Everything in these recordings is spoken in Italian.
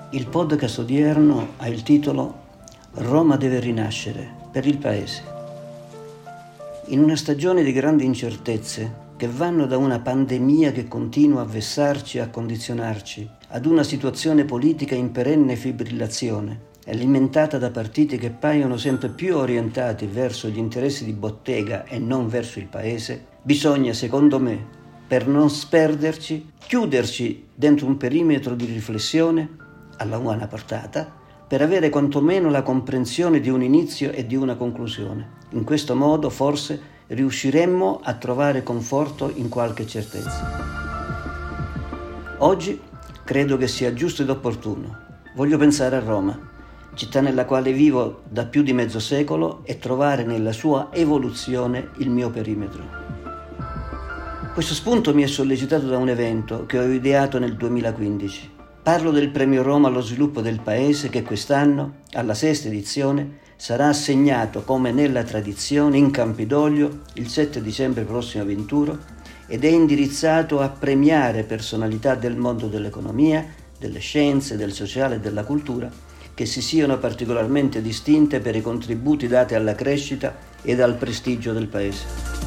Il podcast odierno ha il titolo Roma deve rinascere per il Paese. In una stagione di grandi incertezze che vanno da una pandemia che continua a vessarci e a condizionarci, ad una situazione politica in perenne fibrillazione, alimentata da partiti che paiono sempre più orientati verso gli interessi di bottega e non verso il Paese, bisogna, secondo me, per non sperderci, chiuderci dentro un perimetro di riflessione alla umana portata, per avere quantomeno la comprensione di un inizio e di una conclusione. In questo modo, forse, riusciremmo a trovare conforto in qualche certezza. Oggi credo che sia giusto ed opportuno. Voglio pensare a Roma, città nella quale vivo da più di mezzo secolo, e trovare nella sua evoluzione il mio perimetro. Questo spunto mi è sollecitato da un evento che ho ideato nel 2015. Parlo del Premio Roma allo sviluppo del Paese che quest'anno, alla 6ª edizione, sarà assegnato, come nella tradizione, in Campidoglio il 7 dicembre prossimo venturo ed è indirizzato a premiare personalità del mondo dell'economia, delle scienze, del sociale e della cultura che si siano particolarmente distinte per i contributi dati alla crescita ed al prestigio del Paese.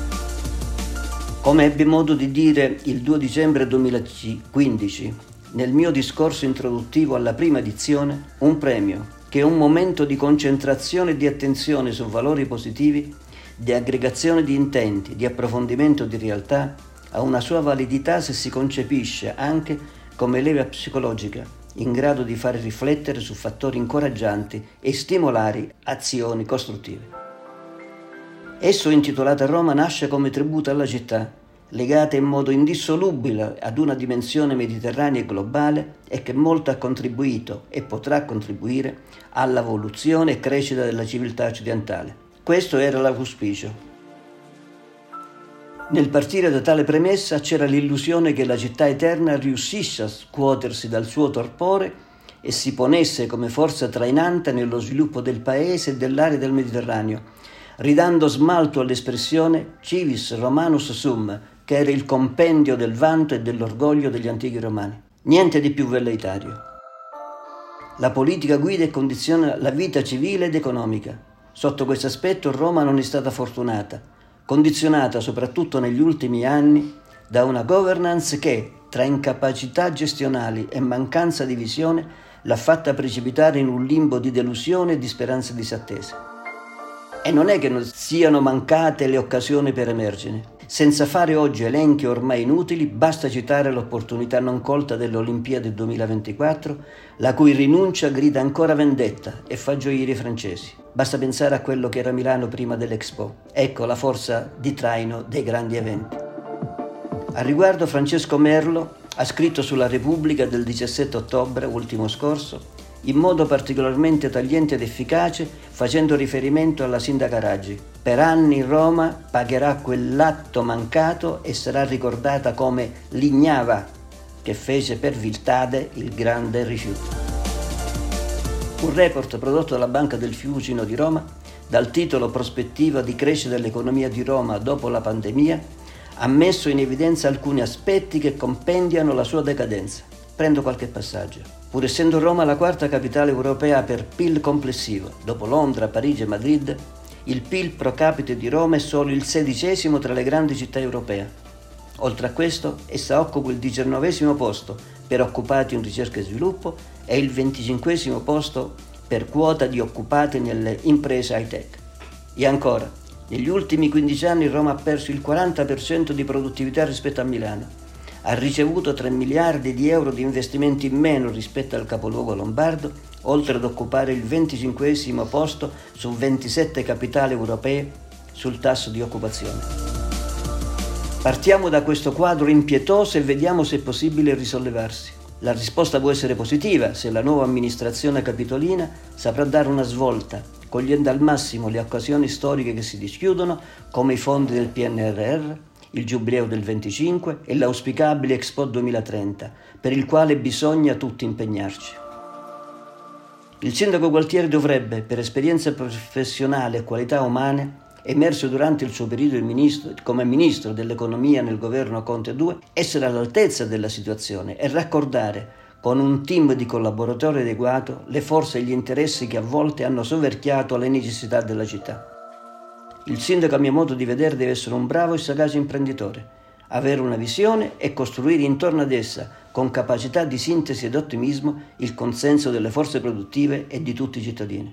Come ebbi modo di dire il 2 dicembre 2015, nel mio discorso introduttivo alla prima edizione, un premio che è un momento di concentrazione e di attenzione su valori positivi, di aggregazione di intenti, di approfondimento di realtà, ha una sua validità se si concepisce anche come leva psicologica, in grado di fare riflettere su fattori incoraggianti e stimolare azioni costruttive. Esso, intitolato a Roma, nasce come tributo alla città, legata in modo indissolubile ad una dimensione mediterranea e globale e che molto ha contribuito e potrà contribuire all'evoluzione e crescita della civiltà occidentale. Questo era l'auspicio. Nel partire da tale premessa c'era l'illusione che la città eterna riuscisse a scuotersi dal suo torpore e si ponesse come forza trainante nello sviluppo del Paese e dell'area del Mediterraneo, ridando smalto all'espressione civis romanus sum, che era il compendio del vanto e dell'orgoglio degli antichi romani. Niente di più velleitario. La politica guida e condiziona la vita civile ed economica. Sotto questo aspetto Roma non è stata fortunata, condizionata soprattutto negli ultimi anni da una governance che, tra incapacità gestionali e mancanza di visione, l'ha fatta precipitare in un limbo di delusione e di speranze disattese. E non è che non siano mancate le occasioni per emergere. Senza fare oggi elenchi ormai inutili, basta citare l'opportunità non colta delle Olimpiadi 2024, la cui rinuncia grida ancora vendetta e fa gioire i francesi. Basta pensare a quello che era Milano prima dell'Expo. Ecco la forza di traino dei grandi eventi. A riguardo, Francesco Merlo ha scritto sulla Repubblica del 17 ottobre ultimo scorso, in modo particolarmente tagliente ed efficace, facendo riferimento alla sindaca Raggi. Per anni Roma pagherà quell'atto mancato e sarà ricordata come l'ignava che fece per viltade il grande rifiuto. Un report prodotto dalla Banca del Fiumicino di Roma, dal titolo Prospettiva di crescita dell'economia di Roma dopo la pandemia, ha messo in evidenza alcuni aspetti che compendiano la sua decadenza. Prendo qualche passaggio. Pur essendo Roma la 4ª capitale europea per PIL complessivo, dopo Londra, Parigi e Madrid, il PIL pro capite di Roma è solo il 16° tra le grandi città europee. Oltre a questo, essa occupa il 19° posto per occupati in ricerca e sviluppo e il 25° posto per quota di occupati nelle imprese high-tech. E ancora, negli ultimi 15 anni Roma ha perso il 40% di produttività rispetto a Milano. Ha ricevuto 3 miliardi di euro di investimenti in meno rispetto al capoluogo lombardo, oltre ad occupare il 25° posto su 27 capitali europee sul tasso di occupazione. Partiamo da questo quadro impietoso e vediamo se è possibile risollevarsi. La risposta può essere positiva se la nuova amministrazione capitolina saprà dare una svolta, cogliendo al massimo le occasioni storiche che si dischiudono, come i fondi del PNRR, il Giubileo del 25 e l'auspicabile Expo 2030, per il quale bisogna tutti impegnarci. Il sindaco Gualtieri dovrebbe, per esperienza professionale e qualità umane, emerso durante il suo periodo come ministro dell'economia nel governo Conte II, essere all'altezza della situazione e raccordare con un team di collaboratori adeguato, le forze e gli interessi che a volte hanno soverchiato le necessità della città. Il sindaco, a mio modo di vedere, deve essere un bravo e sagace imprenditore, avere una visione e costruire intorno ad essa, con capacità di sintesi ed ottimismo, il consenso delle forze produttive e di tutti i cittadini.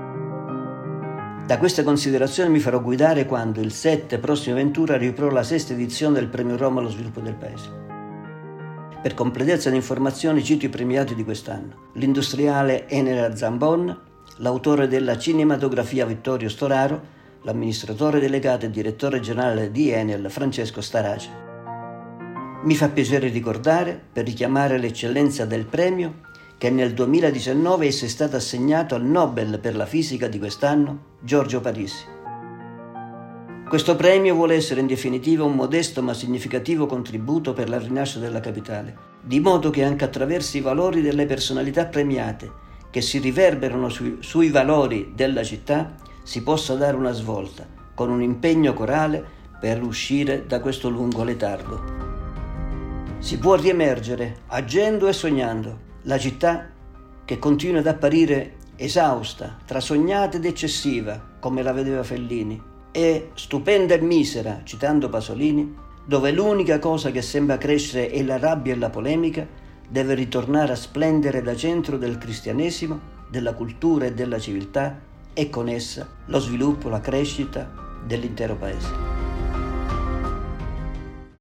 Da queste considerazioni mi farò guidare quando il 7 prossimo Ventura ripro la 6ª edizione del Premio Roma allo sviluppo del Paese. Per completezza di informazioni cito i premiati di quest'anno: l'industriale Enel Zambon, l'autore della cinematografia Vittorio Storaro, l'amministratore delegato e direttore generale di Enel Francesco Starace. Mi fa piacere ricordare, per richiamare l'eccellenza del premio, che nel 2019 esso è stato assegnato al Nobel per la fisica di quest'anno, Giorgio Parisi. Questo premio vuole essere in definitiva un modesto ma significativo contributo per la rinascita della capitale, di modo che anche attraverso i valori delle personalità premiate, che si riverberano sui valori della città, si possa dare una svolta, con un impegno corale per uscire da questo lungo letargo. Si può riemergere, agendo e sognando, la città che continua ad apparire esausta, trasognata ed eccessiva, come la vedeva Fellini, e stupenda e misera, citando Pasolini, dove l'unica cosa che sembra crescere è la rabbia e la polemica, deve ritornare a splendere da centro del cristianesimo, della cultura e della civiltà, e con essa lo sviluppo, la crescita dell'intero paese.